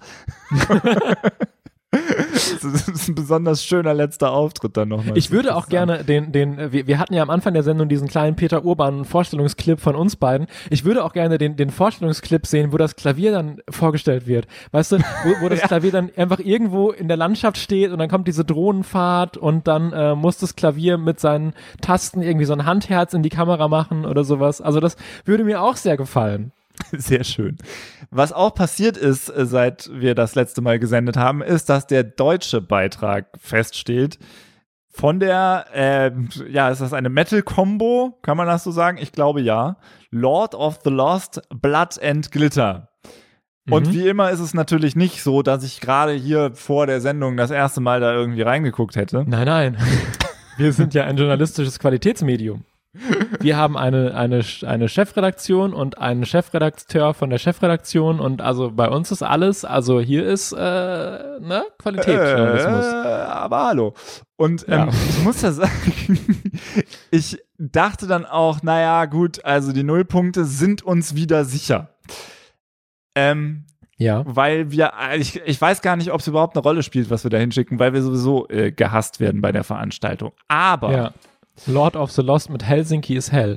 Das ist ein besonders schöner letzter Auftritt dann nochmal. Ich würde auch gerne den, den, wir, wir hatten ja am Anfang der Sendung diesen kleinen Peter Urban Vorstellungsclip von uns beiden. Ich würde auch gerne den, den Vorstellungsclip sehen, wo das Klavier dann vorgestellt wird. Weißt du, wo, wo das Ja. Klavier dann einfach irgendwo in der Landschaft steht und dann kommt diese Drohnenfahrt und dann äh, muss das Klavier mit seinen Tasten irgendwie so ein Handherz in die Kamera machen oder sowas. Also das würde mir auch sehr gefallen. Sehr schön. Was auch passiert ist, äh, seit wir das letzte Mal gesendet haben, ist, dass der deutsche Beitrag feststeht. Von der, äh, ja, ist das eine Metal-Combo? Kann man das so sagen? Ich glaube ja. Lord of the Lost, Blood and Glitter. Und Mhm. wie immer ist es natürlich nicht so, dass ich gerade hier vor der Sendung das erste Mal da irgendwie reingeguckt hätte. Nein, nein. Wir sind ja ein journalistisches Qualitätsmedium. Wir haben eine, eine, eine Chefredaktion und einen Chefredakteur von der Chefredaktion und also bei uns ist alles, also hier ist äh, ne, Qualitätsjournalismus. Äh, aber hallo. Und ähm, Ja. ich muss ja sagen, ich dachte dann auch, naja, gut, also die Nullpunkte sind uns wieder sicher. Ähm, Ja. weil wir, ich, ich weiß gar nicht, ob es überhaupt eine Rolle spielt, was wir da hinschicken, weil wir sowieso äh, gehasst werden bei der Veranstaltung. Aber Ja. Lord of the Lost mit Helsinki is Hell.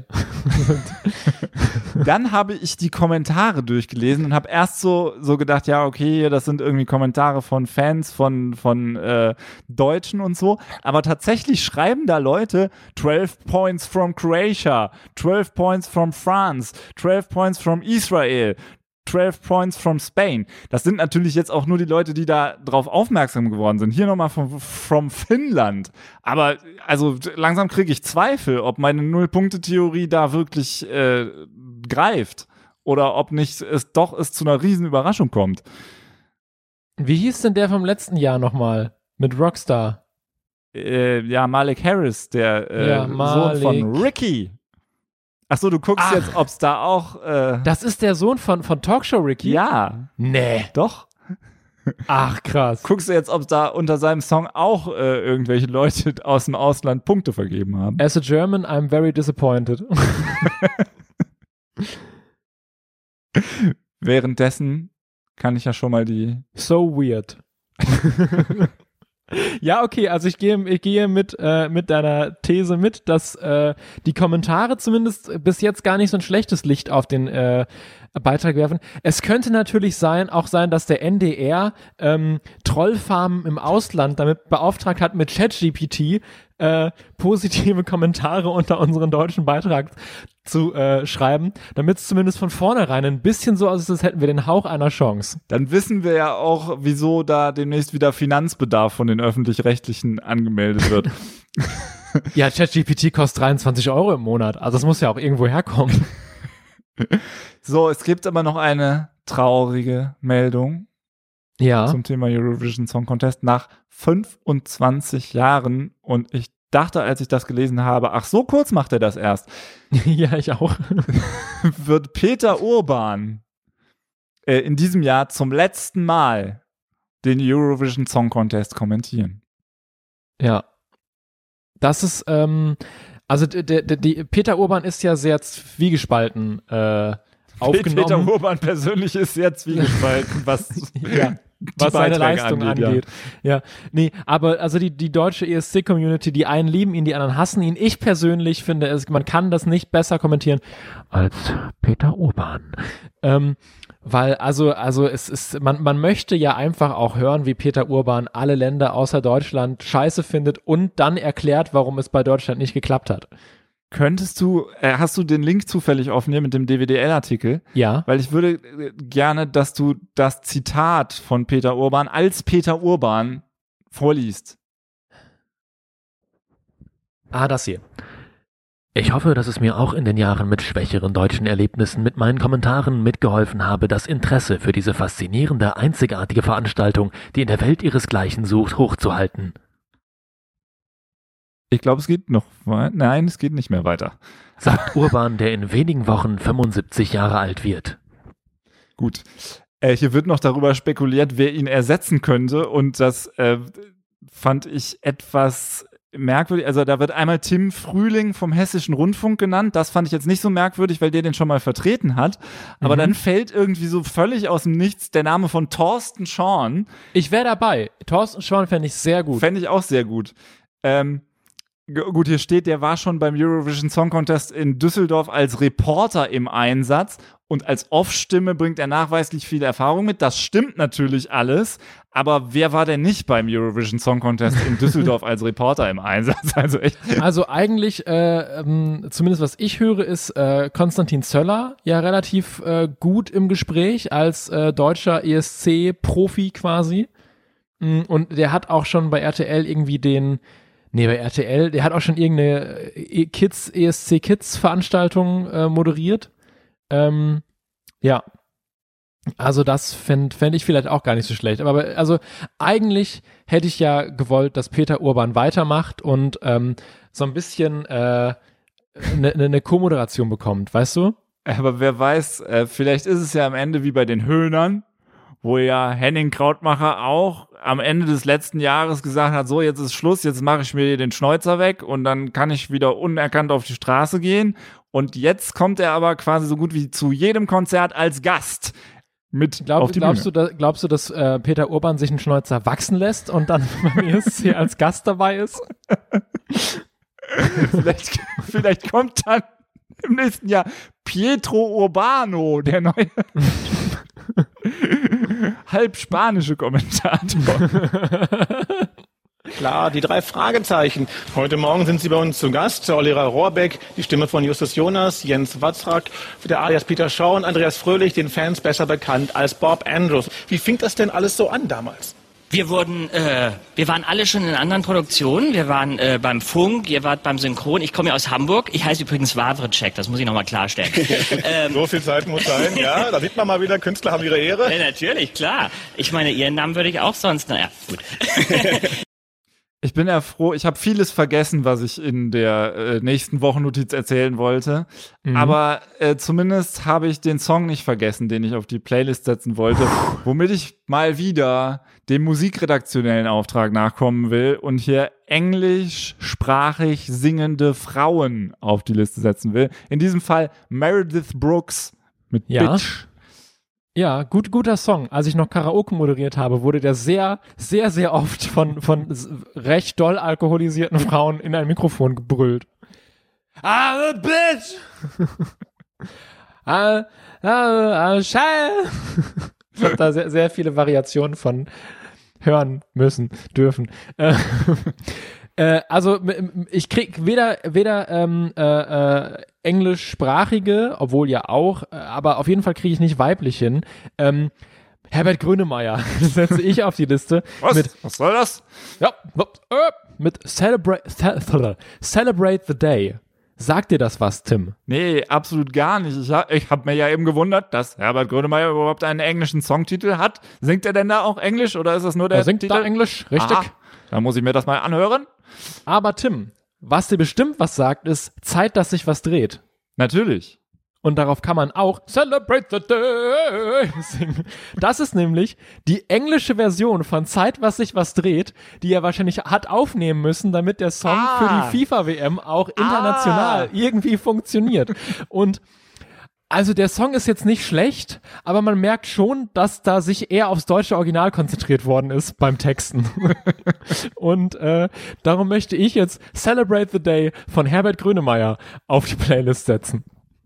dann habe ich die Kommentare durchgelesen und habe erst so, so gedacht, ja, okay, das sind irgendwie Kommentare von Fans von, von äh, Deutschen und so. Aber tatsächlich schreiben da Leute zwölf points from Croatia, zwölf points from France, zwölf points from Israel, zwölf points from Spain. Das sind natürlich jetzt auch nur die Leute, die da drauf aufmerksam geworden sind. Hier nochmal from, from Finnland. Aber also langsam kriege ich Zweifel, ob meine Null-Punkte-Theorie da wirklich äh, greift oder ob nicht es doch es zu einer riesen Überraschung kommt. Wie hieß denn der vom letzten Jahr nochmal? Mit Rockstar. Äh, ja, Malik Harris, der äh, Ja, Sohn Malik. von Ricky. Ach so, du guckst Ach. jetzt, ob es da auch äh, Das ist der Sohn von, von Talkshow Ricky? ja, Nee. doch. Ach, krass. Guckst du jetzt, ob da unter seinem Song auch äh, irgendwelche Leute aus dem Ausland Punkte vergeben haben? As a German, I'm very disappointed. Währenddessen kann ich ja schon mal die So weird. Ja, okay, also ich gehe ich gehe mit äh, mit deiner These mit, dass äh, die Kommentare zumindest bis jetzt gar nicht so ein schlechtes Licht auf den äh, Beitrag werfen. Es könnte natürlich sein, auch sein, dass der N D R ähm, Trollfarmen im Ausland damit beauftragt hat, mit ChatGPT äh, positive Kommentare unter unseren deutschen Beitrag zu äh, schreiben, damit es zumindest von vornherein ein bisschen so aussieht, als hätten wir den Hauch einer Chance. Dann wissen wir ja auch, wieso da demnächst wieder Finanzbedarf von den Öffentlich-Rechtlichen angemeldet wird. Ja, ChatGPT kostet dreiundzwanzig Euro im Monat, also das muss ja auch irgendwo herkommen. So, es gibt aber noch eine traurige Meldung Ja. zum Thema Eurovision Song Contest nach fünfundzwanzig Jahren und ich dachte, als ich das gelesen habe, ach, so kurz macht er das erst. Ja, ich auch. Wird Peter Urban äh, in diesem Jahr zum letzten Mal den Eurovision Song Contest kommentieren. Ja. Das ist, ähm, also d- d- d- die Peter Urban ist ja sehr zwiegespalten äh, aufgenommen. Peter Urban persönlich ist sehr zwiegespalten, was Ja. Was seine Beiträge Leistung angeht, angeht. Ja. ja, nee, aber also die, die deutsche E S C-Community, die einen lieben ihn, die anderen hassen ihn. Ich persönlich finde, es, man kann das nicht besser kommentieren als Peter Urban. Ähm, weil, also, also es ist, man, man möchte ja einfach auch hören, wie Peter Urban alle Länder außer Deutschland scheiße findet und dann erklärt, warum es bei Deutschland nicht geklappt hat. Könntest du, äh, hast du den Link zufällig offen hier mit dem D W D L-Artikel? Ja. Weil ich würde äh, gerne, dass du das Zitat von Peter Urban als Peter Urban vorliest. Ah, das hier. Ich hoffe, dass es mir auch in den Jahren mit schwächeren deutschen Erlebnissen mit meinen Kommentaren mitgeholfen habe, das Interesse für diese faszinierende, einzigartige Veranstaltung, die in der Welt ihresgleichen sucht, hochzuhalten. Ich glaube, es geht noch weiter. Nein, es geht nicht mehr weiter. Sagt Urban, der in wenigen Wochen fünfundsiebzig Jahre alt wird. Gut. Äh, hier wird noch darüber spekuliert, wer ihn ersetzen könnte. Und das äh, fand ich etwas merkwürdig. Also da wird einmal Tim Frühling vom Hessischen Rundfunk genannt. Das fand ich jetzt nicht so merkwürdig, weil der den schon mal vertreten hat. Aber Mhm. dann fällt irgendwie so völlig aus dem Nichts der Name von Thorsten Schorn. Ich wäre dabei. Thorsten Schorn fände ich sehr gut. Fände ich auch sehr gut. Ähm, g- gut, hier steht, der war schon beim Eurovision Song Contest in Düsseldorf als Reporter im Einsatz und als Off-Stimme bringt er nachweislich viel Erfahrung mit. Das stimmt natürlich alles, aber wer war denn nicht beim Eurovision Song Contest in Düsseldorf als Reporter im Einsatz? Also echt. Also eigentlich, äh, ähm, zumindest was ich höre, ist äh, Konstantin Zöller ja relativ äh, gut im Gespräch als äh, deutscher E S C-Profi quasi. Mm, Und der hat auch schon bei R T L irgendwie den, nee, bei R T L, der hat auch schon irgendeine äh, Kids, E S C Kids Veranstaltung äh, moderiert. Ähm, ja. Also das fände fänd ich vielleicht auch gar nicht so schlecht. Aber also eigentlich hätte ich ja gewollt, dass Peter Urban weitermacht und ähm, so ein bisschen eine äh, ne, ne, ne Co-Moderation bekommt, weißt du? Aber wer weiß, äh, vielleicht ist es ja am Ende wie bei den Höhnern, wo ja Henning Krautmacher auch am Ende des letzten Jahres gesagt hat, so, jetzt ist Schluss, jetzt mache ich mir den Schnäuzer weg und dann kann ich wieder unerkannt auf die Straße gehen. Und jetzt kommt er aber quasi so gut wie zu jedem Konzert als Gast mit Glaub, auf die glaubst, Bühne. du, da, glaubst du, dass äh, Peter Urban sich einen Schnäuzer wachsen lässt und dann beim E S C als Gast dabei ist? vielleicht, vielleicht kommt dann im nächsten Jahr Pietro Urbano, der neue halb spanische Kommentator. Klar, die drei Fragezeichen. Heute Morgen sind sie bei uns zu Gast. Olera Rohrbeck, die Stimme von Justus Jonas, Jens Watzrack, der alias Peter Shaw und Andreas Fröhlich, den Fans besser bekannt als Bob Andrews. Wie fing das denn alles so an damals? Wir wurden, äh, wir waren alle schon in anderen Produktionen. Wir waren äh, beim Funk, ihr wart beim Synchron. Ich komme ja aus Hamburg. Ich heiße übrigens Wawritschek, das muss ich nochmal klarstellen. ähm, So viel Zeit muss sein, ja. Da sieht man mal wieder, Künstler haben ihre Ehre. ja, natürlich, klar. Ich meine, ihren Namen würde ich auch sonst, naja, gut. Ich bin ja froh, ich habe vieles vergessen, was ich in der äh, nächsten Wochennotiz erzählen wollte. Mhm. Aber äh, zumindest habe ich den Song nicht vergessen, den ich auf die Playlist setzen wollte, womit ich mal wieder dem musikredaktionellen Auftrag nachkommen will und hier englischsprachig singende Frauen auf die Liste setzen will. In diesem Fall Meredith Brooks mit Ja. Bitch. Ja, gut, guter Song. Als ich noch Karaoke moderiert habe, wurde der sehr, sehr, sehr oft von, von recht doll alkoholisierten Frauen in ein Mikrofon gebrüllt. I'm a bitch! ah, ah, ah, Scheiße! Ich habe da sehr, sehr viele Variationen von hören müssen, dürfen. Äh, äh, also ich krieg weder, weder ähm, äh, äh, englischsprachige, obwohl ja auch, äh, aber auf jeden Fall kriege ich nicht weiblich hin. Ähm, Herbert Grönemeyer setze ich auf die Liste. Was? Mit, Was soll das? Ja, mit Celebrate, Celebrate the Day. Sagt dir das was, Tim? Nee, absolut gar nicht. Ich habe ich hab mir ja eben gewundert, dass Herbert Grönemeyer überhaupt einen englischen Songtitel hat. Singt er denn da auch Englisch oder ist das nur der Er singt Titel? da Englisch, richtig. Aha, dann muss ich mir das mal anhören. Aber Tim, was dir bestimmt was sagt, ist Zeit, dass sich was dreht. Natürlich. Und darauf kann man auch Celebrate the Day singen. Das ist nämlich die englische Version von Zeit, was sich was dreht, die er wahrscheinlich hat aufnehmen müssen, damit der Song ah. für die FIFA-W M auch international ah. irgendwie funktioniert. Und also der Song ist jetzt nicht schlecht, aber man merkt schon, dass da sich eher aufs deutsche Original konzentriert worden ist beim Texten. Und äh, darum möchte ich jetzt Celebrate the Day von Herbert Grönemeyer auf die Playlist setzen.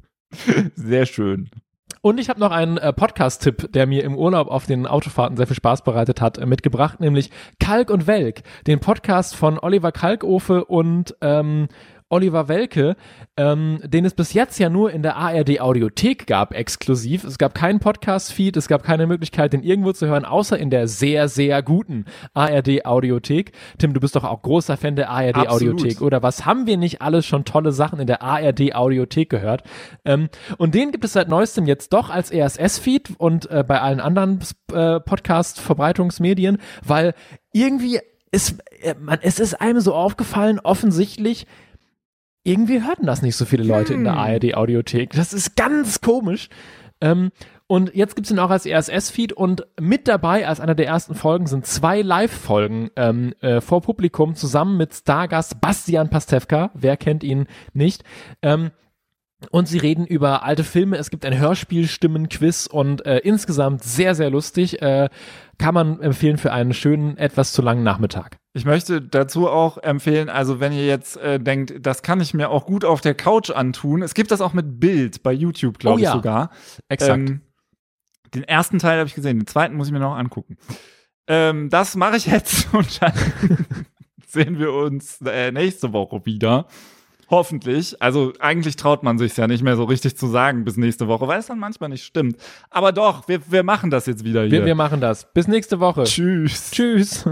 Sehr schön. Und ich habe noch einen äh, Podcast-Tipp, der mir im Urlaub auf den Autofahrten sehr viel Spaß bereitet hat, äh, mitgebracht, nämlich Kalk und Welk, den Podcast von Oliver Kalkofe und ähm, Oliver Welke, ähm, den es bis jetzt ja nur in der A R D-Audiothek gab, exklusiv. Es gab keinen Podcast-Feed, es gab keine Möglichkeit, den irgendwo zu hören, außer in der sehr, sehr guten A R D-Audiothek. Tim, du bist doch auch großer Fan der A R D-Audiothek, oder was? Haben wir nicht alles schon tolle Sachen in der A R D-Audiothek gehört? Ähm, und den gibt es seit neuestem jetzt doch als R S S-Feed und äh, bei allen anderen äh, Podcast-Verbreitungsmedien, weil irgendwie ist, äh, man, es ist einem so aufgefallen, offensichtlich, irgendwie hörten das nicht so viele Leute hm. in der A R D-Audiothek. Das ist ganz komisch. Ähm, und jetzt gibt's ihn auch als R S S-Feed und mit dabei als einer der ersten Folgen sind zwei Live-Folgen ähm, äh, vor Publikum zusammen mit Stargast Bastian Pastewka. Wer kennt ihn nicht? Ähm, Und sie reden über alte Filme. Es gibt ein Hörspielstimmen-Quiz und äh, insgesamt sehr, sehr lustig. Äh, kann man empfehlen für einen schönen, etwas zu langen Nachmittag. Ich möchte dazu auch empfehlen, also wenn ihr jetzt äh, denkt, das kann ich mir auch gut auf der Couch antun. Es gibt das auch mit Bild bei YouTube, glaube oh, ich ja. sogar. Exakt. Ähm, den ersten Teil habe ich gesehen, den zweiten muss ich mir noch angucken. Ähm, das mache ich jetzt und dann sehen wir uns äh, nächste Woche wieder. Hoffentlich. Also eigentlich traut man sich ja nicht mehr so richtig zu sagen bis nächste Woche, weil es dann manchmal nicht stimmt. Aber doch, wir, wir machen das jetzt wieder hier. Wir, wir machen das. Bis nächste Woche. Tschüss. Tschüss.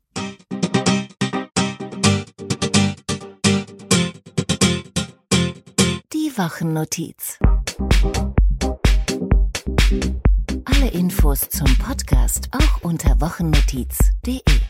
Die Wochennotiz. Alle Infos zum Podcast auch unter wochennotiz punkt de.